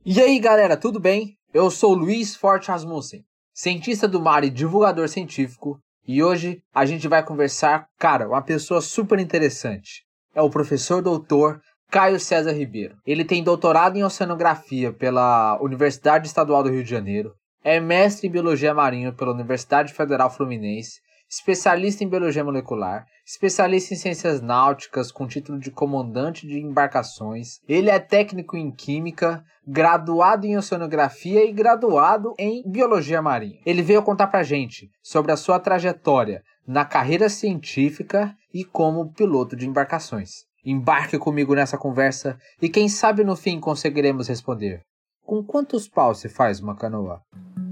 E aí galera, tudo bem? Eu sou Luiz Forte Rasmussen, cientista do mar e divulgador científico, e hoje a gente vai conversar, uma pessoa super interessante. É o professor doutor Caio César Ribeiro. Ele tem doutorado em oceanografia pela Universidade Estadual do Rio de Janeiro, é mestre em biologia marinha pela Universidade Federal Fluminense, especialista em biologia molecular, especialista em ciências náuticas com título de comandante de embarcações. Ele é técnico em química, graduado em oceanografia e graduado em biologia marinha. Ele veio contar pra gente sobre a sua trajetória na carreira científica e como piloto de embarcações. Embarque comigo nessa conversa e quem sabe no fim conseguiremos responder: com quantos paus se faz uma canoa?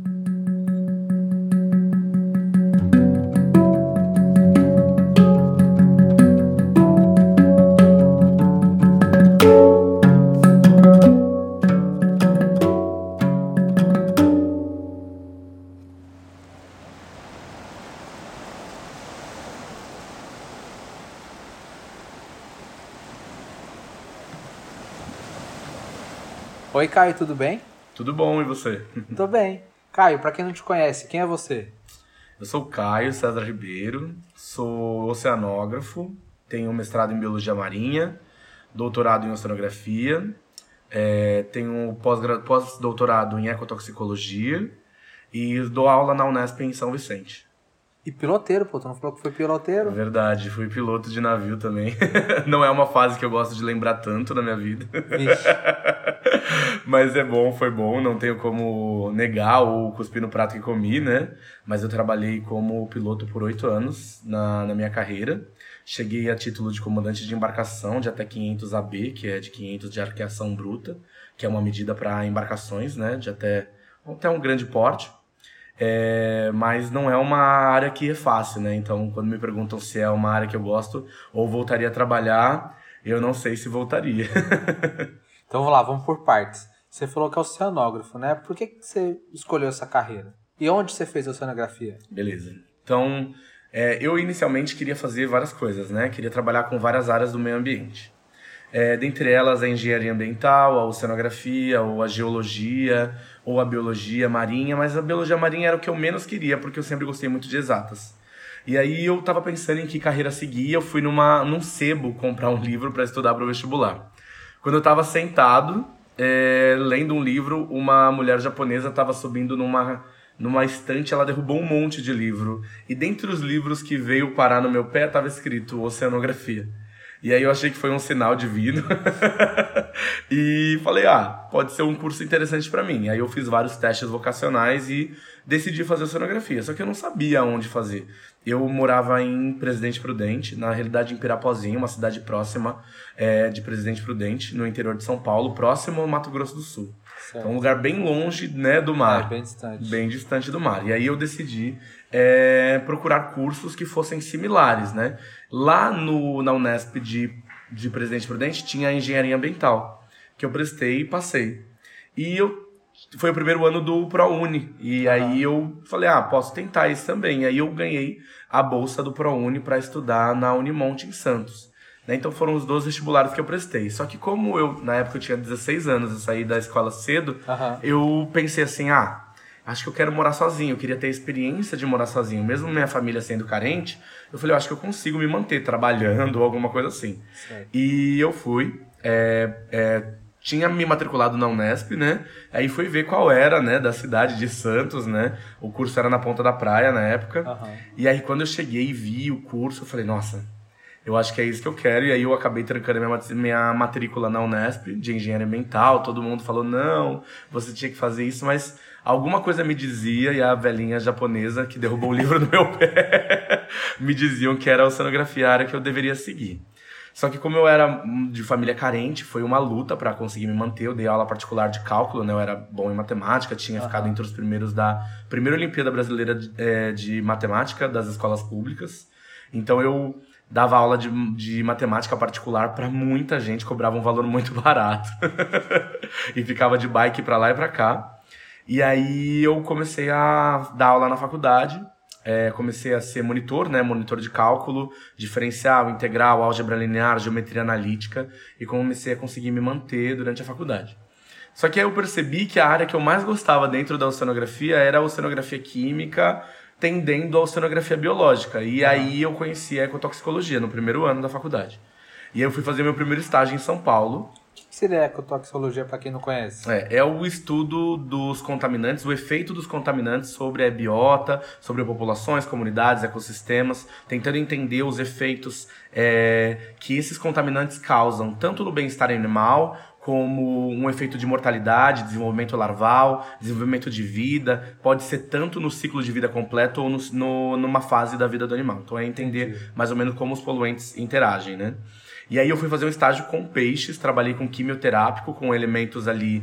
Oi, Caio, tudo bem? Tudo bom, e você? Tô bem. Caio, pra quem não te conhece, quem é você? Eu sou o Caio César Ribeiro, sou oceanógrafo, tenho mestrado em Biologia Marinha, doutorado em Oceanografia, tenho pós-doutorado em Ecotoxicologia e dou aula na Unesp em São Vicente. E piloteiro, pô, tu não falou que foi piloteiro? Verdade, fui piloto de navio também. Não é uma fase que eu gosto de lembrar tanto na minha vida. Vixe. Mas é bom, foi bom, não tenho como negar ou cuspir no prato que comi, né? Mas eu trabalhei como piloto por 8 anos na minha carreira. Cheguei a título de comandante de embarcação de até 500 AB, que é de 500 de arqueação bruta, que é uma medida para embarcações, né? De até um grande porte. Mas não é uma área que é fácil, né? Então, quando me perguntam se é uma área que eu gosto ou voltaria a trabalhar, eu não sei se voltaria. Então vamos lá, vamos por partes. Você falou que é oceanógrafo, né? Por que você escolheu essa carreira? E onde você fez oceanografia? Beleza. Então, eu inicialmente queria fazer várias coisas, né? Queria trabalhar com várias áreas do meio ambiente. Dentre elas a engenharia ambiental, a oceanografia, ou a geologia, ou a biologia marinha, mas a biologia marinha era o que eu menos queria, porque eu sempre gostei muito de exatas. E aí eu tava pensando em que carreira seguir, eu fui num sebo comprar um livro para estudar para o vestibular. Quando eu tava sentado, lendo um livro, uma mulher japonesa tava subindo numa estante, ela derrubou um monte de livro. E dentre os livros que veio parar no meu pé, tava escrito Oceanografia. E aí eu achei que foi um sinal divino e falei, pode ser um curso interessante pra mim. Aí eu fiz vários testes vocacionais e decidi fazer oceanografia, só que eu não sabia onde fazer. Eu morava em Presidente Prudente, na realidade em Pirapozinho, uma cidade próxima de Presidente Prudente, no interior de São Paulo, próximo ao Mato Grosso do Sul. Certo. Então um lugar bem longe, né, do mar. Bem distante. Bem distante do mar. E aí eu decidi procurar cursos que fossem similares, né? Lá na Unesp de Presidente Prudente tinha a engenharia ambiental, que eu prestei e passei. E foi o primeiro ano do ProUni. E aí eu falei, posso tentar isso também. E aí eu ganhei a bolsa do ProUni para estudar na Unimonte em Santos. Então foram os 2 vestibulares que eu prestei. Só que como na época eu tinha 16 anos, eu saí da escola cedo, eu pensei assim, acho que eu quero morar sozinho, eu queria ter a experiência de morar sozinho. Mesmo minha família sendo carente, eu falei, eu acho que eu consigo me manter trabalhando ou alguma coisa assim. Certo. E eu fui, tinha me matriculado na Unesp, né? Aí fui ver qual era, né, da cidade de Santos, né? O curso era na Ponta da Praia na época. E aí quando eu cheguei e vi o curso, eu falei, nossa, eu acho que é isso que eu quero. E aí eu acabei trancando minha matrícula na Unesp de engenharia ambiental. Todo mundo falou, não, você tinha que fazer isso, mas alguma coisa me dizia, e a velhinha japonesa que derrubou o livro no meu pé me diziam que era a oceanografia a área que eu deveria seguir. Só que como eu era de família carente, foi uma luta para conseguir me manter. Eu dei aula particular de cálculo, né? Eu era bom em matemática, tinha ficado entre os primeiros da primeira Olimpíada Brasileira de Matemática das escolas públicas. Então eu dava aula de matemática particular para muita gente, cobrava um valor muito barato. E ficava de bike para lá e para cá. E aí eu comecei a dar aula na faculdade, comecei a ser monitor, né? Monitor de cálculo, diferencial, integral, álgebra linear, geometria analítica, e comecei a conseguir me manter durante a faculdade. Só que aí eu percebi que a área que eu mais gostava dentro da oceanografia era a oceanografia química, tendendo à oceanografia biológica. E aí eu conheci a ecotoxicologia no primeiro ano da faculdade. E aí eu fui fazer meu primeiro estágio em São Paulo. O que seria ecotoxicologia para quem não conhece? É o estudo dos contaminantes, o efeito dos contaminantes sobre a biota, sobre populações, comunidades, ecossistemas, tentando entender os efeitos que esses contaminantes causam, tanto no bem-estar animal, como um efeito de mortalidade, desenvolvimento larval, desenvolvimento de vida, pode ser tanto no ciclo de vida completo ou numa fase da vida do animal. Então é entender mais ou menos como os poluentes interagem, né? E aí eu fui fazer um estágio com peixes, trabalhei com quimioterápico, com elementos ali,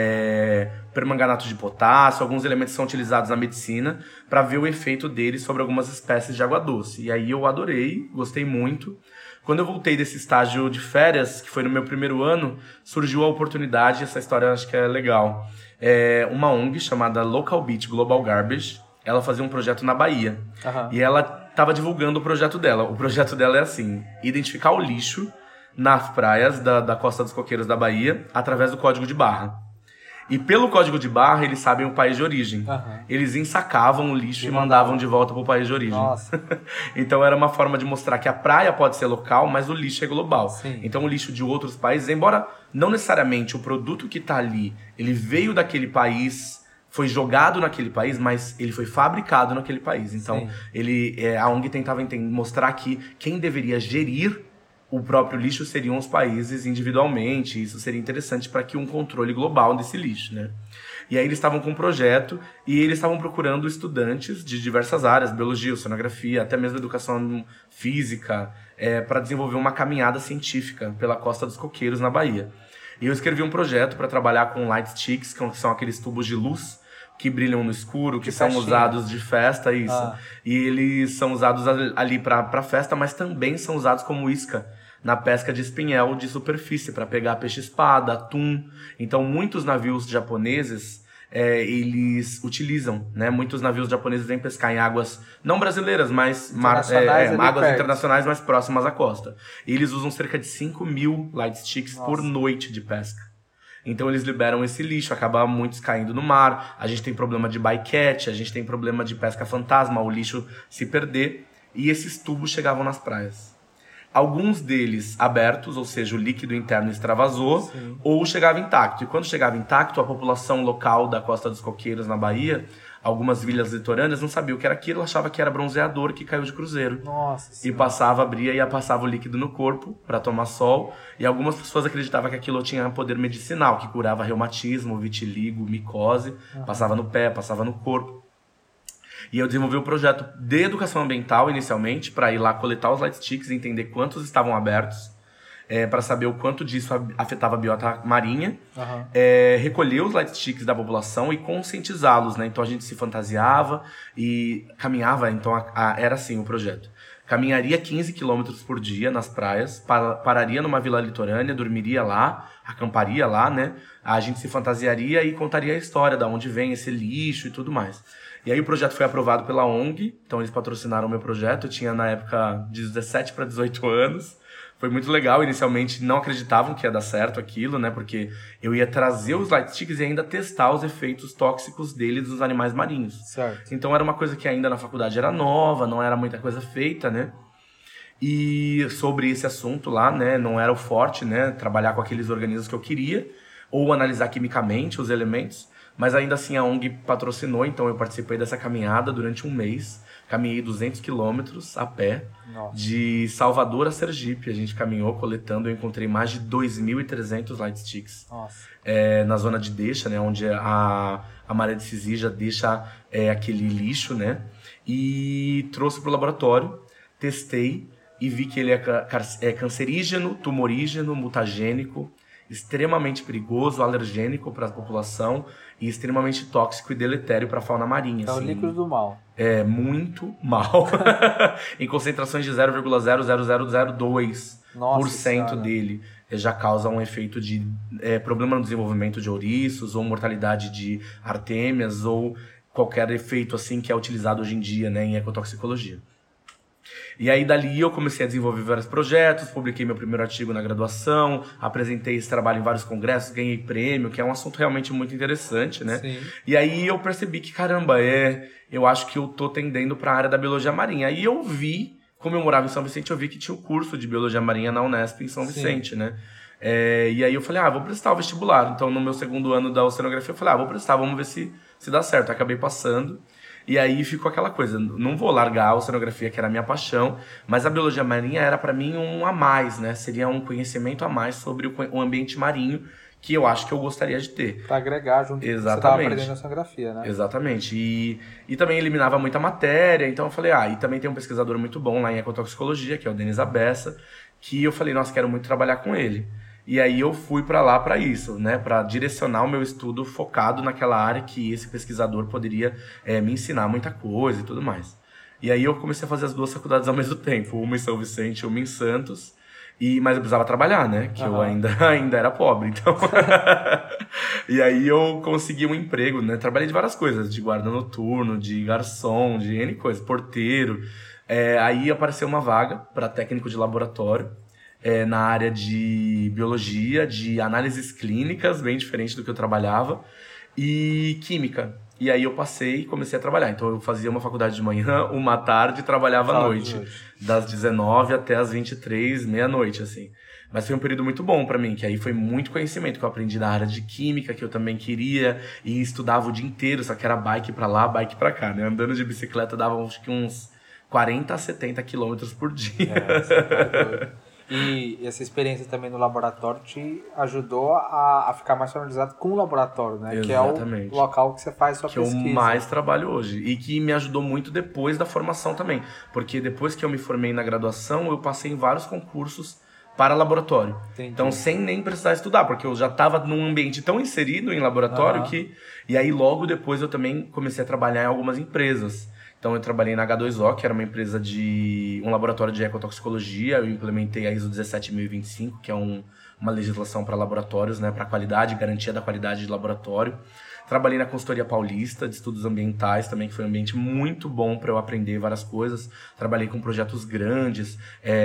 permanganato de potássio, alguns elementos que são utilizados na medicina, para ver o efeito deles sobre algumas espécies de água doce. E aí eu adorei, gostei muito. Quando eu voltei desse estágio de férias, que foi no meu primeiro ano, surgiu a oportunidade, essa história eu acho que é legal. Uma ONG chamada Local Beach Global Garbage, ela fazia um projeto na Bahia. E ela estava divulgando o projeto dela. O projeto dela é assim, identificar o lixo nas praias da Costa dos Coqueiros da Bahia através do código de barra. E pelo código de barra, eles sabem o país de origem. Eles ensacavam o lixo e mandavam de volta para o país de origem. Nossa. Então era uma forma de mostrar que a praia pode ser local, mas o lixo é global. Sim. Então o lixo de outros países, embora não necessariamente o produto que está ali, ele veio daquele país, foi jogado naquele país, mas ele foi fabricado naquele país. Então a ONG tentava mostrar que quem deveria gerir o próprio lixo seriam os países individualmente. Isso seria interessante para que um controle global desse lixo, né? E aí eles estavam com um projeto e eles estavam procurando estudantes de diversas áreas, biologia, oceanografia, até mesmo educação física, para desenvolver uma caminhada científica pela Costa dos Coqueiros, na Bahia. E eu escrevi um projeto para trabalhar com light sticks, que são aqueles tubos de luz que brilham no escuro, que são usados de festa, isso. E eles são usados ali para festa, mas também são usados como isca na pesca de espinhel de superfície, para pegar peixe-espada, atum. Então, muitos navios japoneses, eles utilizam, né? Muitos navios japoneses vêm pescar em águas não brasileiras, mas águas internacionais mais próximas à costa. E eles usam cerca de 5.000 light sticks por noite de pesca. Então eles liberam esse lixo, acaba muitos caindo no mar, a gente tem problema de bycatch, a gente tem problema de pesca fantasma, o lixo se perder, e esses tubos chegavam nas praias. Alguns deles abertos, ou seja, o líquido interno extravasou, ou chegava intacto. E quando chegava intacto, a população local da Costa dos Coqueiros, na Bahia, algumas vilas litorâneas, não sabia o que era aquilo, achava que era bronzeador que caiu de cruzeiro. Nossa. E passava, abria e passava o líquido no corpo para tomar sol. E algumas pessoas acreditavam que aquilo tinha poder medicinal, que curava reumatismo, vitiligo, micose. Passava no pé, passava no corpo. E eu desenvolvi um projeto de educação ambiental, inicialmente, para ir lá coletar os light sticks e entender quantos estavam abertos, para saber o quanto disso afetava a biota marinha, recolher os light sticks da população e conscientizá-los, né? Então a gente se fantasiava e caminhava, então era assim o projeto. Caminharia 15 quilômetros por dia nas praias, pararia numa vila litorânea, dormiria lá, acamparia lá, né? A gente se fantasiaria e contaria a história, de onde vem esse lixo e tudo mais. E aí o projeto foi aprovado pela ONG, então eles patrocinaram o meu projeto, eu tinha na época de 17 para 18 anos. Foi muito legal, inicialmente não acreditavam que ia dar certo aquilo, né? Porque eu ia trazer os light sticks e ainda testar os efeitos tóxicos deles nos animais marinhos. Certo. Então era uma coisa que ainda na faculdade era nova, não era muita coisa feita, né? E sobre esse assunto lá, né? Não era o forte, né? Trabalhar com aqueles organismos que eu queria, ou analisar quimicamente os elementos. Mas ainda assim a ONG patrocinou, então eu participei dessa caminhada durante um mês. Caminhei 200 quilômetros a pé, de Salvador a Sergipe. A gente caminhou coletando, eu encontrei mais de 2.300 light sticks. Na zona de deixa, né, onde a maré de Sisija deixa aquele lixo, né? E trouxe para o laboratório, testei e vi que ele é cancerígeno, tumorígeno, mutagênico, extremamente perigoso, alergênico para a população e extremamente tóxico e deletério para a fauna marinha. É o líquido do mal. É muito mal. Em concentrações de 0,00002% dele já causa um efeito de problema no desenvolvimento de ouriços ou mortalidade de artêmias ou qualquer efeito assim que é utilizado hoje em dia, né, em ecotoxicologia. E aí dali eu comecei a desenvolver vários projetos, publiquei meu primeiro artigo na graduação, apresentei esse trabalho em vários congressos, ganhei prêmio, que é um assunto realmente muito interessante, né? Sim. E aí eu percebi que, caramba, eu acho que eu tô tendendo para a área da biologia marinha. Aí eu vi, como eu morava em São Vicente, eu vi que tinha o curso de biologia marinha na Unesp em São Vicente, né? E aí eu falei, vou prestar o vestibular. Então no meu segundo ano da oceanografia eu falei, vou prestar, vamos ver se dá certo. Acabei passando. E aí ficou aquela coisa, não vou largar a oceanografia, que era a minha paixão, mas a biologia marinha era para mim um a mais, né? Seria um conhecimento a mais sobre o ambiente marinho, que eu acho que eu gostaria de ter. Para agregar junto com o que você estava aprendendo na oceanografia, né? Exatamente. E também eliminava muita matéria, então eu falei, e também tem um pesquisador muito bom lá em ecotoxicologia, que é o Denis Abessa, que eu falei, nossa, quero muito trabalhar com ele. E aí eu fui para lá para isso, né, para direcionar o meu estudo focado naquela área que esse pesquisador poderia me ensinar muita coisa e tudo mais. E aí eu comecei a fazer as duas faculdades ao mesmo tempo, uma em São Vicente e uma em Santos, mas eu precisava trabalhar, né, que eu ainda era pobre, então... E aí eu consegui um emprego, né, trabalhei de várias coisas, de guarda noturno, de garçom, de N coisas, porteiro. Aí apareceu uma vaga para técnico de laboratório, na área de biologia, de análises clínicas, bem diferente do que eu trabalhava, e química. E aí eu passei e comecei a trabalhar. Então eu fazia uma faculdade de manhã, uma tarde e trabalhava à noite. Das 19 até as 23, meia-noite, assim. Mas foi um período muito bom pra mim, que aí foi muito conhecimento que eu aprendi na área de química, que eu também queria, e estudava o dia inteiro, só que era bike pra lá, bike pra cá, né? Andando de bicicleta dava acho que uns 40 a 70 quilômetros por dia. E essa experiência também no laboratório te ajudou a ficar mais familiarizado com o laboratório, né? Exatamente. Que é o local que você faz sua pesquisa. Que eu mais trabalho hoje. E que me ajudou muito depois da formação também. Porque depois que eu me formei na graduação, eu passei em vários concursos para laboratório. Entendi. Então, sem nem precisar estudar, porque eu já estava num ambiente tão inserido em laboratório que... E aí, logo depois, eu também comecei a trabalhar em algumas empresas. Então, eu trabalhei na H2O, que era uma empresa um laboratório de ecotoxicologia. Eu implementei a ISO 17025, que é uma legislação para laboratórios, né, para qualidade, garantia da qualidade de laboratório. Trabalhei na Consultoria Paulista de Estudos Ambientais também, que foi um ambiente muito bom para eu aprender várias coisas. Trabalhei com projetos grandes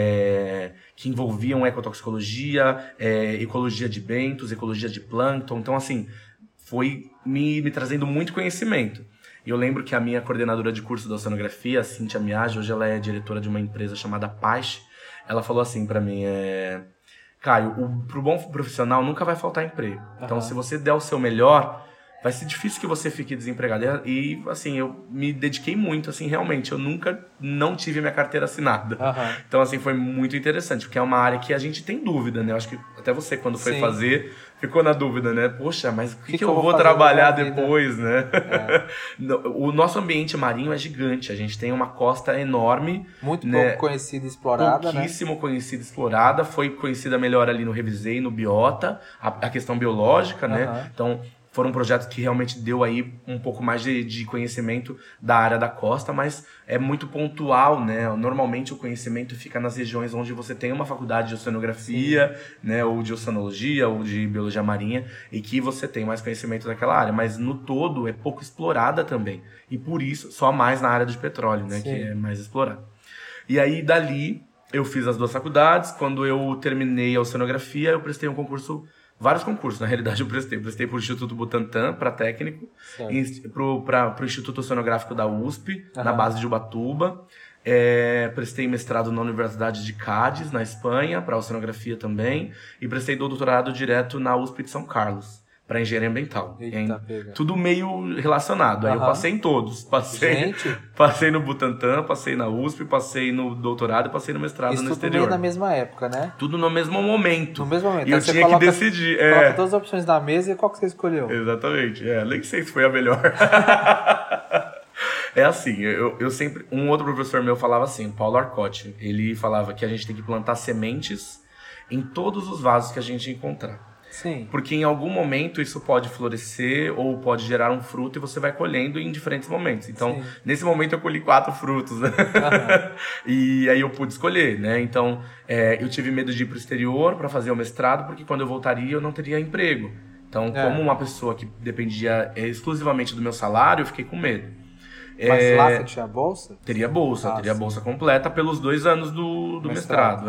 que envolviam ecotoxicologia, ecologia de bentos, ecologia de plâncton. Então, assim, foi me trazendo muito conhecimento. E eu lembro que a minha coordenadora de curso da oceanografia, a Cíntia Miage, hoje ela é diretora de uma empresa chamada Paixe, ela falou assim pra mim, Caio, pro bom profissional nunca vai faltar emprego. Então, se você der o seu melhor, vai ser difícil que você fique desempregado. E, assim, eu me dediquei muito, assim, realmente. Eu nunca não tive minha carteira assinada. Então, assim, foi muito interessante, porque é uma área que a gente tem dúvida, né? Eu acho que até você, quando foi fazer, ficou na dúvida, né? Poxa, mas o que eu vou trabalhar depois, né? O nosso ambiente marinho é gigante. A gente tem uma costa enorme. Muito pouco conhecida e explorada, pouquíssimo conhecida e explorada. Foi conhecida melhor ali no Revisei, no Biota. A questão biológica, né? Então... Foram projetos que realmente deu aí um pouco mais de conhecimento da área da costa, mas é muito pontual, né? Normalmente o conhecimento fica nas regiões onde você tem uma faculdade de oceanografia, né? Ou de oceanologia, ou de biologia marinha, e que você tem mais conhecimento daquela área. Mas no todo é pouco explorada também. E por isso, só mais na área de petróleo, né? Que é mais explorada. E aí, dali, eu fiz as duas faculdades. Quando eu terminei a oceanografia, eu prestei um concurso... Vários concursos, na realidade eu prestei. Prestei para o Instituto Butantan, para técnico, para o Instituto Oceanográfico da USP, na base de Ubatuba. Prestei mestrado na Universidade de Cádiz, na Espanha, para oceanografia também. E prestei doutorado direto na USP de São Carlos, para engenharia ambiental. Tudo meio relacionado. Aí eu passei em todos. Passei no Butantan, passei na USP, passei no doutorado e passei no mestrado no exterior. Tudo na mesma época, né? Tudo no mesmo momento. No mesmo momento. E eu tinha que decidir. Coloca todas as opções na mesa e qual que você escolheu? Exatamente. Nem sei se foi a melhor. É assim, eu sempre... Um outro professor meu falava assim, o Paulo Arcotti. Ele falava que a gente tem que plantar sementes em todos os vasos que a gente encontrar. Sim. Porque em algum momento isso pode florescer ou pode gerar um fruto e você vai colhendo em diferentes momentos. Então, nesse momento eu colhi 4 frutos, né? E aí eu pude escolher, né? Então, eu tive medo de ir para o exterior para fazer o mestrado, porque quando eu voltaria eu não teria emprego. Então, como uma pessoa que dependia exclusivamente do meu salário, eu fiquei com medo. Mas lá você tinha bolsa? Teria bolsa, teria sim. bolsa completa pelos 2 anos do mestrado.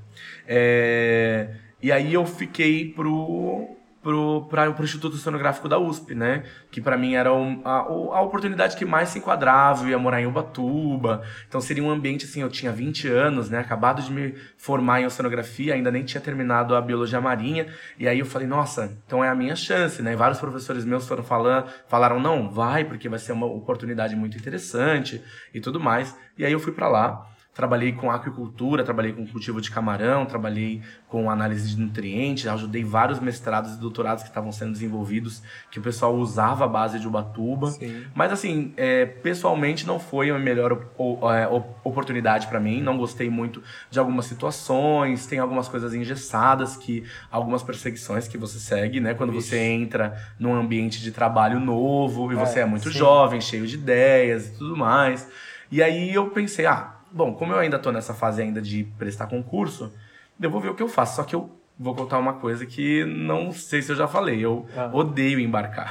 E aí eu fiquei pro Instituto Oceanográfico da USP, né? Que pra mim era a oportunidade que mais se enquadrava. Eu ia morar em Ubatuba, então seria um ambiente assim, eu tinha 20 anos, né? Acabado de me formar em oceanografia, ainda nem tinha terminado a biologia marinha, e aí eu falei, nossa, então é a minha chance, né? E vários professores meus falaram, não, vai, porque vai ser uma oportunidade muito interessante e tudo mais. E aí eu fui pra lá. Trabalhei com aquicultura, trabalhei com cultivo de camarão, trabalhei com análise de nutrientes, ajudei vários mestrados e doutorados que estavam sendo desenvolvidos, que o pessoal usava a base de Ubatuba. Sim. Mas assim, pessoalmente não foi a melhor oportunidade para mim, não gostei muito de algumas situações, tem algumas coisas engessadas, algumas perseguições que você segue, né? Quando você entra num ambiente de trabalho novo e você é muito jovem, cheio de ideias e tudo mais. E aí eu pensei, bom, como eu ainda tô nessa fase ainda de prestar concurso, eu vou ver o que eu faço. Só que eu vou contar uma coisa que não sei se eu já falei. Eu odeio embarcar.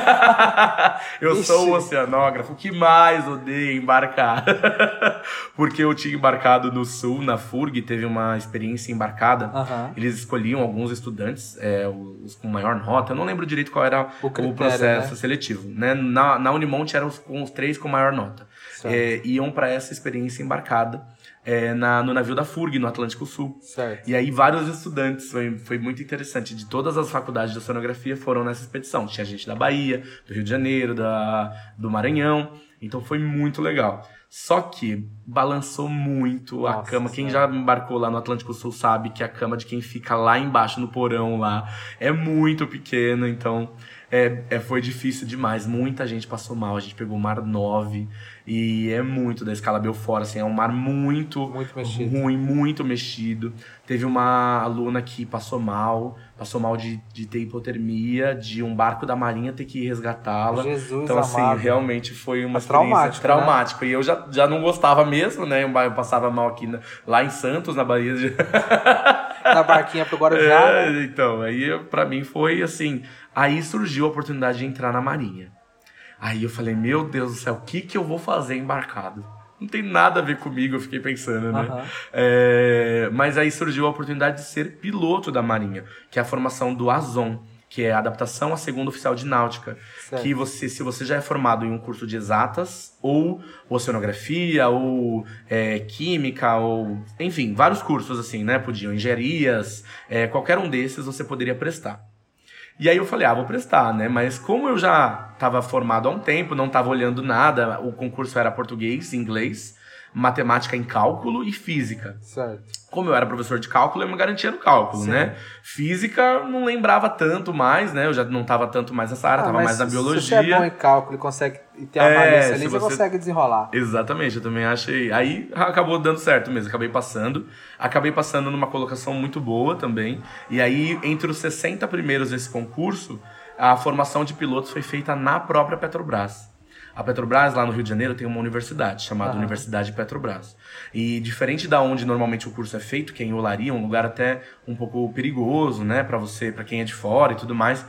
Eu sou o oceanógrafo que mais odeia embarcar. Porque eu tinha embarcado no Sul, na FURG, teve uma experiência embarcada. Eles escolhiam alguns estudantes, os com maior nota. Eu não lembro direito qual era o processo seletivo. Né? Na Unimonte eram os 3 com maior nota. Iam para essa experiência embarcada no navio da FURG, no Atlântico Sul. Certo. E aí vários estudantes, foi muito interessante, de todas as faculdades de oceanografia foram nessa expedição. Tinha gente da Bahia, do Rio de Janeiro, do Maranhão, então foi muito legal. Só que balançou muito a cama. Quem já embarcou lá no Atlântico Sul sabe que a cama de quem fica lá embaixo no porão lá é muito pequena, então foi difícil demais. Muita gente passou mal, a gente pegou o mar 9 e é muito da escala Belfort, assim, é um mar muito ruim, muito mexido. Teve uma aluna que passou mal de ter hipotermia, de um barco da Marinha ter que resgatá-la. Jesus então, assim, amado. realmente foi uma experiência traumática. Né? E eu já não gostava mesmo, né? Eu passava mal aqui lá em Santos, na Bahia de... Na barquinha pro Guarujá. Então, aí pra mim foi assim... Aí surgiu a oportunidade de entrar na Marinha. Aí eu falei, meu Deus do céu, o que eu vou fazer embarcado? Não tem nada a ver comigo, eu fiquei pensando, né? Mas aí surgiu a oportunidade de ser piloto da Marinha, que é a formação do ASON, que é a adaptação a segundo oficial de náutica. Certo. Que se você já é formado em um curso de exatas, ou oceanografia, ou química, ou... Enfim, vários cursos assim, né? Podiam, engenharias, qualquer um desses você poderia prestar. E aí eu falei, vou prestar, né? Mas como eu já estava formado há um tempo, não estava olhando nada, o concurso era português, inglês, matemática em cálculo e física. Certo. Como eu era professor de cálculo, eu me garantia no cálculo, né? Física, não lembrava tanto mais, né? Eu já não estava tanto mais nessa área, estava mais na biologia. Se você é bom em cálculo e consegue ter uma malícia ali, você consegue desenrolar. Exatamente, eu também achei. Aí acabou dando certo mesmo, acabei passando numa colocação muito boa também. E aí, entre os 60 primeiros desse concurso, a formação de pilotos foi feita na própria Petrobras. A Petrobras, lá no Rio de Janeiro, tem uma universidade chamada Universidade Petrobras. E diferente da onde normalmente o curso é feito, que é em Olaria, um lugar até um pouco perigoso, né, para quem é de fora e tudo mais,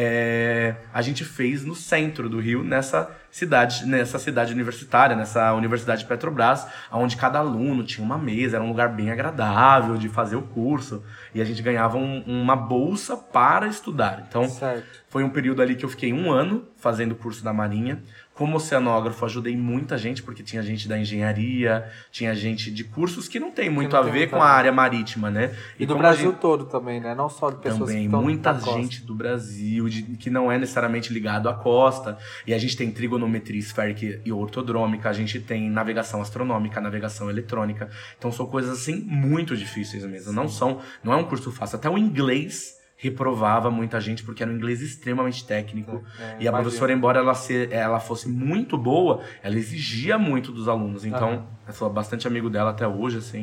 a gente fez no centro do Rio, nessa cidade universitária, nessa Universidade Petrobras, onde cada aluno tinha uma mesa, era um lugar bem agradável de fazer o curso, e a gente ganhava uma bolsa para estudar. Então, foi um período ali que eu fiquei 1 ano fazendo o curso da Marinha. Como oceanógrafo, ajudei muita gente, porque tinha gente da engenharia, tinha gente de cursos que não tem muito a ver com a área marítima, né? E do Brasil todo também, né? Não só de pessoas também, que estão muita gente do Brasil, que não é necessariamente ligado à costa. E a gente tem trigonometria esférica e ortodrômica, a gente tem navegação astronômica, navegação eletrônica. Então são coisas assim muito difíceis mesmo. Não é um curso fácil. Até o inglês reprovava muita gente, porque era um inglês extremamente técnico. E a professora, embora ela fosse muito boa, ela exigia muito dos alunos. Então, eu sou bastante amigo dela até hoje, assim.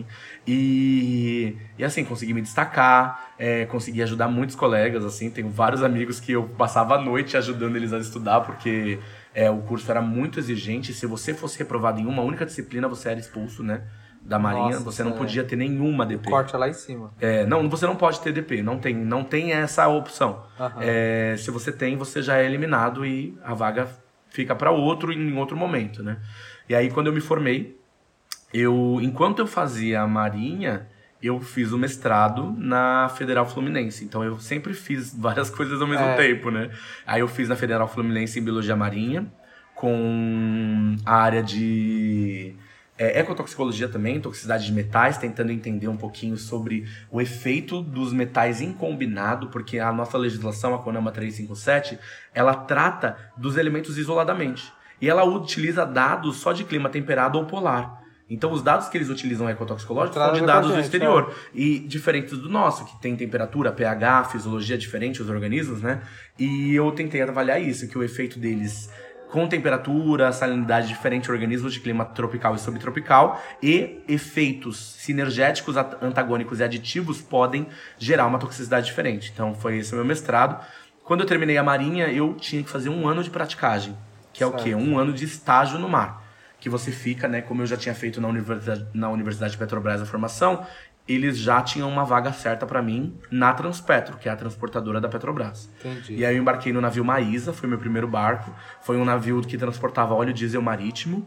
E assim, consegui me destacar, consegui ajudar muitos colegas, assim. Tenho vários amigos que eu passava a noite ajudando eles a estudar, porque o curso era muito exigente. Se você fosse reprovado em uma única disciplina, você era expulso, né? Da Marinha, você não podia ter nenhuma DP. Corte lá em cima. Não, você não pode ter DP, não tem essa opção. Se você tem, você já é eliminado e a vaga fica para outro em outro momento, né? E aí, quando eu me formei, enquanto eu fazia a Marinha, eu fiz o mestrado na Federal Fluminense. Então, eu sempre fiz várias coisas ao mesmo tempo, né? Aí, eu fiz na Federal Fluminense em Biologia Marinha, com a área de ecotoxicologia também, toxicidade de metais, tentando entender um pouquinho sobre o efeito dos metais em combinado, porque a nossa legislação, a CONAMA 357, ela trata dos elementos isoladamente. E ela utiliza dados só de clima temperado ou polar. Então, os dados que eles utilizam ecotoxicológicos são de dados do exterior. E diferentes do nosso, que tem temperatura, pH, fisiologia diferente, os organismos, né? E eu tentei avaliar isso, que o efeito deles com temperatura, salinidade diferente, organismos de clima tropical e subtropical, e efeitos sinergéticos, antagônicos e aditivos podem gerar uma toxicidade diferente. Então, foi esse o meu mestrado. Quando eu terminei a Marinha, eu tinha que fazer 1 ano de praticagem, que é o quê? 1 ano de estágio no mar. Que você fica, né, como eu já tinha feito na Universidade de Petrobras a formação, eles já tinham uma vaga certa para mim na Transpetro, que é a transportadora da Petrobras. Entendi. E aí eu embarquei no navio Maísa, foi meu primeiro barco. Foi um navio que transportava óleo diesel marítimo.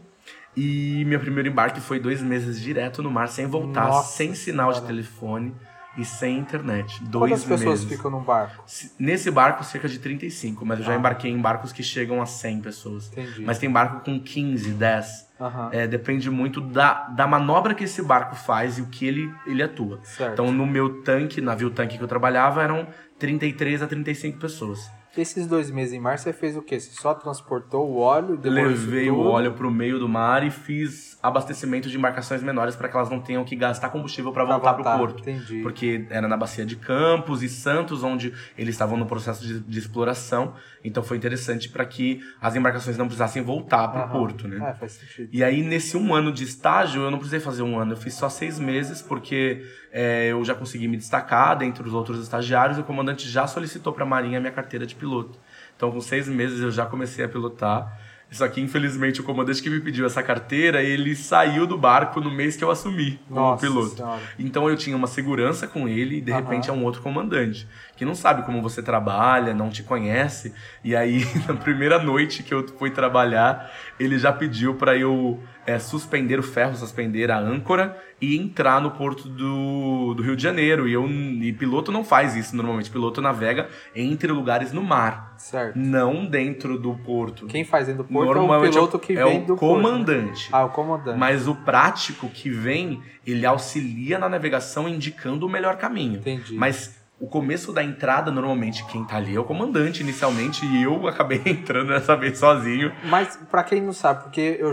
E meu primeiro embarque foi 2 meses direto no mar, sem voltar, Nossa, sem sinal de telefone e sem internet. 2 Quantas pessoas meses. ficam num barco? Nesse barco, cerca de 35, mas eu já embarquei em barcos que chegam a 100 pessoas. Entendi. Mas tem barco com 15, 10. Aham. Depende muito da manobra que esse barco faz e o que ele atua. Certo. Então, no meu navio-tanque que eu trabalhava, eram 33 a 35 pessoas. Esses 2 meses em mar, você fez o quê? Você só transportou o óleo? Levei o óleo para o meio do mar e fiz abastecimento de embarcações menores para que elas não tenham que gastar combustível para voltar para o porto. Entendi. Porque era na Bacia de Campos e Santos, onde eles estavam no processo de exploração. Então foi interessante para que as embarcações não precisassem voltar para o porto, né? Faz sentido. E aí, nesse 1 ano de estágio, eu não precisei fazer 1 ano, eu fiz só 6 meses, porque eu já consegui me destacar dentre os outros estagiários e o comandante já solicitou para a Marinha a minha carteira de piloto. Então, com 6 meses, eu já comecei a pilotar. Só que, infelizmente, o comandante que me pediu essa carteira, ele saiu do barco no mês que eu assumi como piloto. Senhora. Então, eu tinha uma segurança com ele e, de repente, é um outro comandante que não sabe como você trabalha, não te conhece. E aí, na primeira noite que eu fui trabalhar, ele já pediu para eu suspender o ferro, suspender a âncora e entrar no porto do Rio de Janeiro. E piloto não faz isso normalmente. Piloto navega entre lugares no mar. Certo. Não dentro do porto. Quem faz dentro do porto Normalmente é o piloto que vem do porto. É o comandante. O comandante. Mas o prático que vem, ele auxilia na navegação indicando o melhor caminho. Entendi. Mas o começo da entrada, normalmente, quem tá ali é o comandante inicialmente, e eu acabei entrando dessa vez sozinho. Mas, pra quem não sabe, porque eu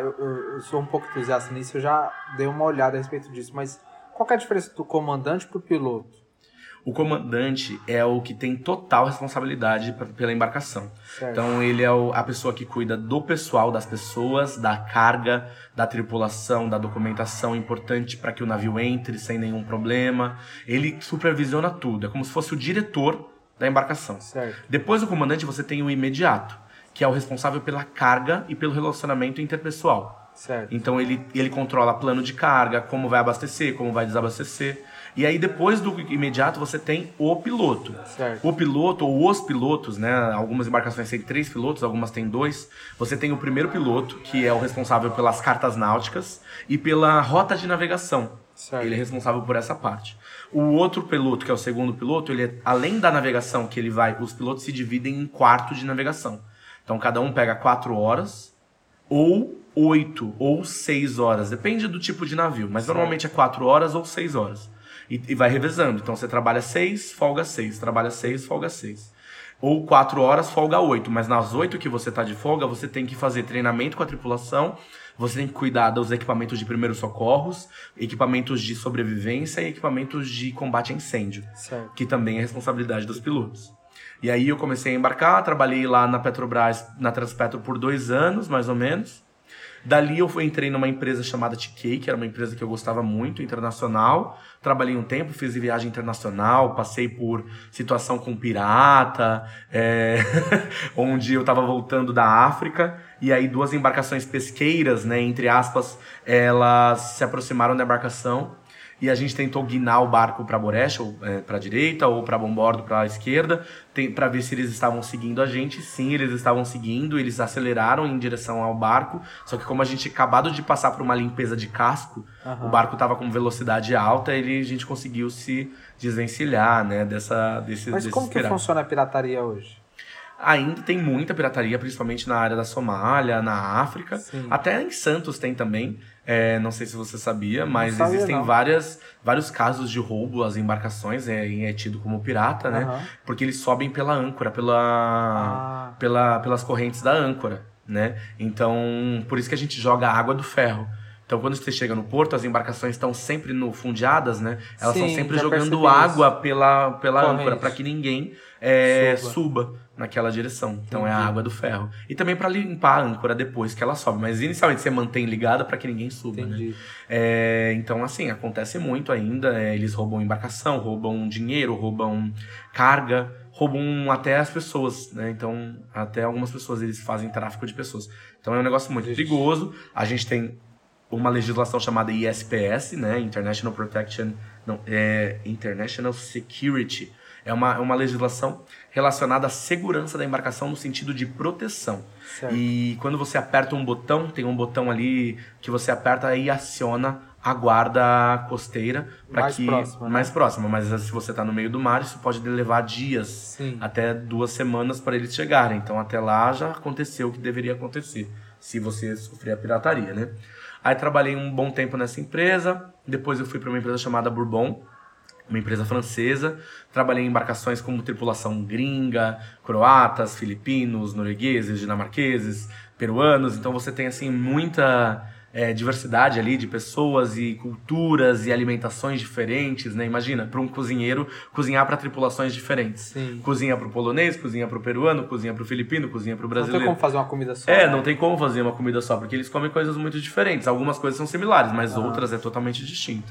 sou um pouco entusiasta nisso, eu já dei uma olhada a respeito disso, mas qual que é a diferença do comandante pro piloto? O comandante é o que tem total responsabilidade pela embarcação. Certo. Então, ele é a pessoa que cuida do pessoal, das pessoas, da carga, da tripulação, da documentação importante para que o navio entre sem nenhum problema. Ele supervisiona tudo. É como se fosse o diretor da embarcação. Certo. Depois do comandante, você tem o imediato, que é o responsável pela carga e pelo relacionamento interpessoal. Certo. Então, ele controla plano de carga, como vai abastecer, como vai desabastecer. E aí, depois do imediato, você tem o piloto. Certo. O piloto, ou os pilotos, né? Algumas embarcações têm 3 pilotos, algumas têm 2. Você tem o primeiro piloto, que é o responsável pelas cartas náuticas e pela rota de navegação. Certo. Ele é responsável por essa parte. O outro piloto, que é o segundo piloto, ele além da navegação que ele vai, os pilotos se dividem em quartos de navegação. Então, cada um pega 4 horas, ou 8, ou 6 horas. Depende do tipo de navio, mas normalmente é 4 horas ou 6 horas. E vai revezando. Então, você trabalha 6, folga 6. Trabalha 6, folga 6. Ou 4 horas, folga 8. Mas nas 8 que você está de folga, você tem que fazer treinamento com a tripulação. Você tem que cuidar dos equipamentos de primeiros socorros, equipamentos de sobrevivência e equipamentos de combate a incêndio. Certo. Que também é responsabilidade dos pilotos. E aí eu comecei a embarcar, trabalhei lá na Petrobras, na Transpetro por 2 anos, mais ou menos. Dali eu entrei numa empresa chamada TK, que era uma empresa que eu gostava muito, internacional. Trabalhei um tempo, fiz viagem internacional, passei por situação com pirata, onde eu estava voltando da África. E aí 2 embarcações pesqueiras, né, entre aspas, elas se aproximaram da embarcação e a gente tentou guinar o barco para Borecha, ou para a direita, ou para Bombordo, para a esquerda, para ver se eles estavam seguindo a gente. Sim, eles estavam seguindo, eles aceleraram em direção ao barco, só que como a gente acabado de passar por uma limpeza de casco, o barco estava com velocidade alta, e a gente conseguiu se desvencilhar, né, Mas como que funciona a pirataria hoje? Ainda tem muita pirataria, principalmente na área da Somália, na África. Sim. Até em Santos tem também. Não sei se você sabia, mas existem vários casos de roubo às embarcações. É tido como pirata, né? Porque eles sobem pela âncora, pelas correntes da âncora, né? Então, por isso que a gente joga a água do ferro. Então, quando você chega no porto, as embarcações estão sempre fundeadas, né? Elas estão sempre jogando água pela âncora, para que ninguém suba naquela direção. Então, é a água do ferro. E também para limpar a âncora depois que ela sobe. Mas, inicialmente, você mantém ligada para que ninguém suba, né? Então, assim, acontece muito ainda. Eles roubam embarcação, roubam dinheiro, roubam carga, roubam até as pessoas, né? Então, até algumas pessoas, eles fazem tráfico de pessoas. Então, é um negócio muito perigoso. A gente tem uma legislação chamada ISPS, né? International Security. É uma legislação relacionada à segurança da embarcação no sentido de proteção. Certo. E quando você aperta um botão, tem um botão ali que você aperta e aciona a guarda costeira mais próxima. Mas se você está no meio do mar, isso pode levar dias, até 2 semanas para eles chegarem. Então até lá já aconteceu o que deveria acontecer, se você sofrer a pirataria, né? Aí trabalhei um bom tempo nessa empresa, depois eu fui para uma empresa chamada Bourbon, uma empresa francesa. Trabalhei em embarcações como tripulação gringa, croatas, filipinos, noruegueses, dinamarqueses, peruanos. Então você tem assim muita diversidade ali de pessoas e culturas e alimentações diferentes, né? Imagina, para um cozinheiro cozinhar para tripulações diferentes. Sim. Cozinha para o polonês, cozinha para o peruano, cozinha para o filipino, cozinha para o brasileiro. Não tem como fazer uma comida só. Não tem como fazer uma comida só, porque eles comem coisas muito diferentes. Algumas coisas são similares, mas outras é totalmente distinto.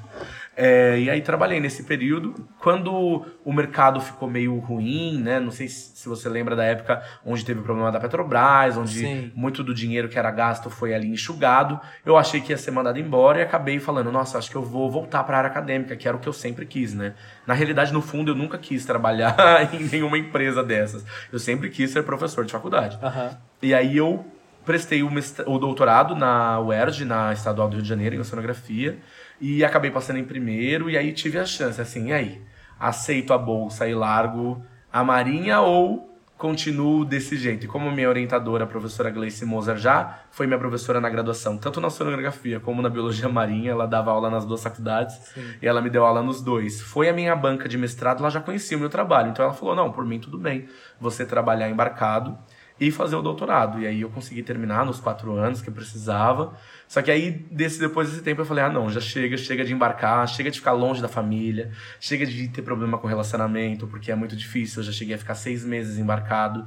E aí trabalhei nesse período. Quando o mercado ficou meio ruim, né? Não sei se você lembra da época onde teve o problema da Petrobras, onde muito do dinheiro que era gasto foi ali enxugado. Eu achei que ia ser mandado embora e acabei falando, nossa, acho que eu vou voltar para a área acadêmica, que era o que eu sempre quis, né? Na realidade, no fundo, eu nunca quis trabalhar em nenhuma empresa dessas. Eu sempre quis ser professor de faculdade. E aí eu prestei o doutorado na UERJ, na Estadual do Rio de Janeiro, em oceanografia, e acabei passando em primeiro, e aí tive a chance, assim, e aí? Aceito a bolsa e largo a Marinha ou continuo desse jeito? E como minha orientadora, a professora Gleice Moser, já foi minha professora na graduação, tanto na oceanografia como na biologia marinha, ela dava aula nas 2 faculdades, e ela me deu aula nos 2. Foi a minha banca de mestrado, ela já conhecia o meu trabalho, então ela falou, não, por mim tudo bem, você trabalhar embarcado e fazer o doutorado. E aí eu consegui terminar nos 4 anos que eu precisava. Só que aí, depois desse tempo, eu falei, não, já chega de embarcar, chega de ficar longe da família, chega de ter problema com relacionamento, porque é muito difícil, eu já cheguei a ficar 6 meses embarcado.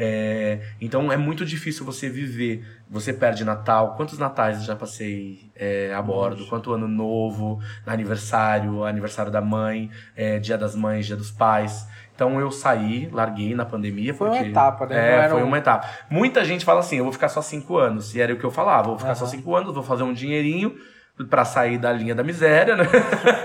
Então é muito difícil você viver, você perde Natal, quantos natais eu já passei a bordo, quanto ano novo, aniversário da mãe, dia das mães, dia dos pais. Então eu saí, larguei na pandemia. Foi uma etapa, né? Foi uma etapa. Muita gente fala assim, eu vou ficar só 5 anos. E era o que eu falava, vou ficar só 5 anos, vou fazer um dinheirinho pra sair da linha da miséria, né?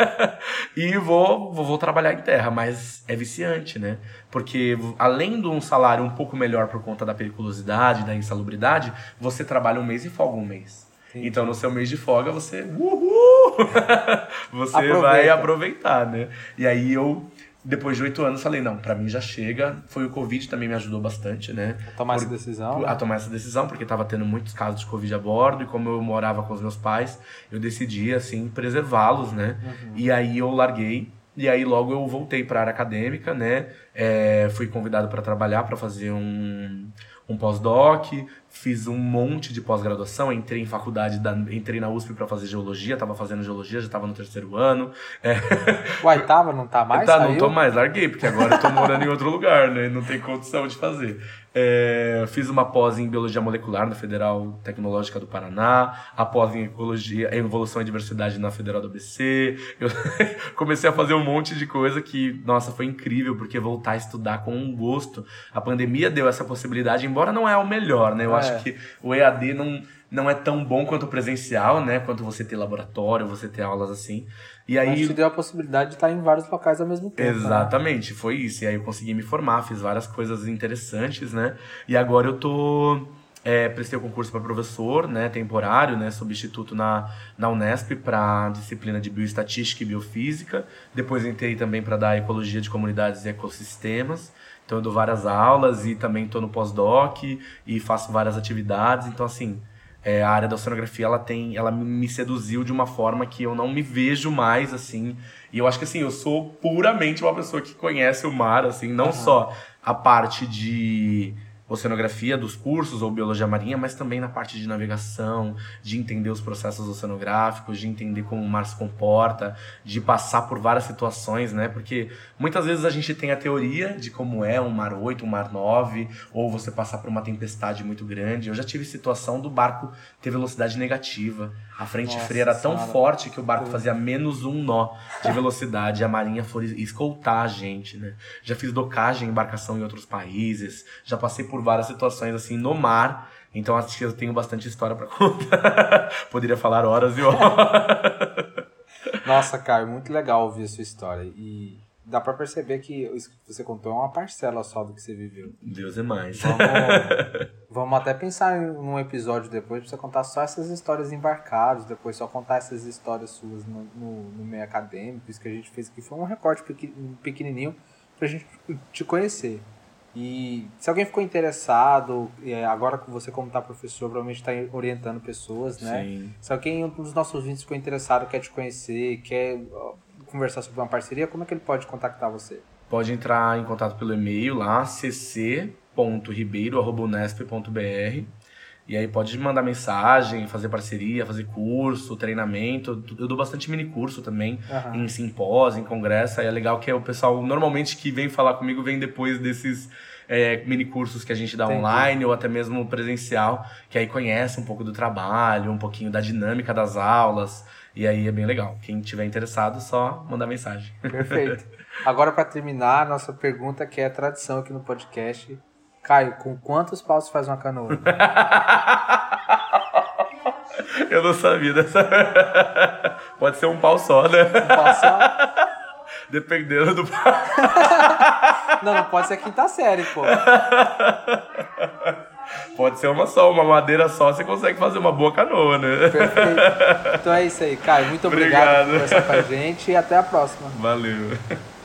E vou trabalhar em terra. Mas é viciante, né? Porque além de um salário um pouco melhor por conta da periculosidade, da insalubridade, você trabalha um mês e folga um mês. Entendi. Então no seu mês de folga você... você vai aproveitar, né? E aí depois de 8 anos, falei, não, pra mim já chega. Foi o Covid também me ajudou bastante, né? A tomar essa decisão. A tomar essa decisão, porque tava tendo muitos casos de Covid a bordo. E como eu morava com os meus pais, eu decidi, assim, preservá-los, né? E aí eu larguei. E aí logo eu voltei pra área acadêmica, né? Fui convidado para trabalhar, para fazer um pós-doc. Fiz um monte de pós-graduação, entrei em faculdade, entrei na USP para fazer geologia, tava fazendo geologia, já tava no 3º ano. Uai, não tá mais? Não tô mais, larguei, porque agora eu tô morando em outro lugar, né? Não tem condição de fazer. Fiz uma pós em Biologia Molecular na Federal Tecnológica do Paraná, a pós em Evolução e Diversidade na Federal do ABC. Eu comecei a fazer um monte de coisa que, nossa, foi incrível, porque voltar a estudar com um gosto. A pandemia deu essa possibilidade, embora não é o melhor, né? Eu acho acho que o EAD não é tão bom quanto o presencial, né? Quanto você ter laboratório, você ter aulas assim. E aí... Mas te deu a possibilidade de estar em vários locais ao mesmo tempo. Exatamente, né? Foi isso. E aí eu consegui me formar, fiz várias coisas interessantes, né? E agora eu tô... prestei o concurso para professor, né, temporário, né, substituto na Unesp para disciplina de bioestatística e biofísica. Depois entrei também para dar ecologia de comunidades e ecossistemas. Então eu dou várias aulas e também estou no pós-doc e faço várias atividades. Então, assim, a área da oceanografia, ela me seduziu de uma forma que eu não me vejo mais, assim. E eu acho que, assim, eu sou puramente uma pessoa que conhece o mar, assim, não só a parte de oceanografia dos cursos ou biologia marinha, mas também na parte de navegação, de entender os processos oceanográficos, de entender como o mar se comporta, de passar por várias situações, né? Porque muitas vezes a gente tem a teoria de como é um mar 8, um mar 9, ou você passar por uma tempestade muito grande. Eu já tive situação do barco ter velocidade negativa. A frente fria era tão forte que o barco fazia menos um nó de velocidade e a marinha foi escoltar a gente, né? Já fiz docagem em embarcação em outros países, já passei por várias situações assim no mar, então acho que eu tenho bastante história pra contar. Poderia falar horas e horas. Nossa, Caio, muito legal ouvir a sua história e dá pra perceber que isso que você contou é uma parcela só do que você viveu. Deus é mais. Vamos até pensar em um episódio depois pra você contar só essas histórias embarcadas, depois só contar essas histórias suas no meio acadêmico. Isso que a gente fez aqui foi um recorte pequenininho pra gente te conhecer. E se alguém ficou interessado, agora que você como tá professor, provavelmente está orientando pessoas, né? Sim. Se alguém, um dos nossos ouvintes ficou interessado, quer te conhecer, quer conversar sobre uma parceria, como é que ele pode contactar você? Pode entrar em contato pelo e-mail lá, cc.ribeiro@unesp.br. E aí pode mandar mensagem, fazer parceria, fazer curso, treinamento. Eu dou bastante mini curso também, em simpósio, em congresso. Aí é legal que o pessoal, normalmente, que vem falar comigo, vem depois desses mini cursos que a gente dá online ou até mesmo presencial, que aí conhece um pouco do trabalho, um pouquinho da dinâmica das aulas. E aí é bem legal. Quem tiver interessado, só mandar mensagem. Perfeito. Agora, para terminar, nossa pergunta que é tradição aqui no podcast. Caio, com quantos paus você faz uma canoa? Eu não sabia dessa. Pode ser um pau só, né? Um pau só? Dependendo do pau. Não pode ser a quinta série, pô. Pode ser uma só, uma madeira só, você consegue fazer uma boa canoa, né? Perfeito. Então é isso aí, Caio. Muito obrigado por conversar com a gente e até a próxima. Valeu.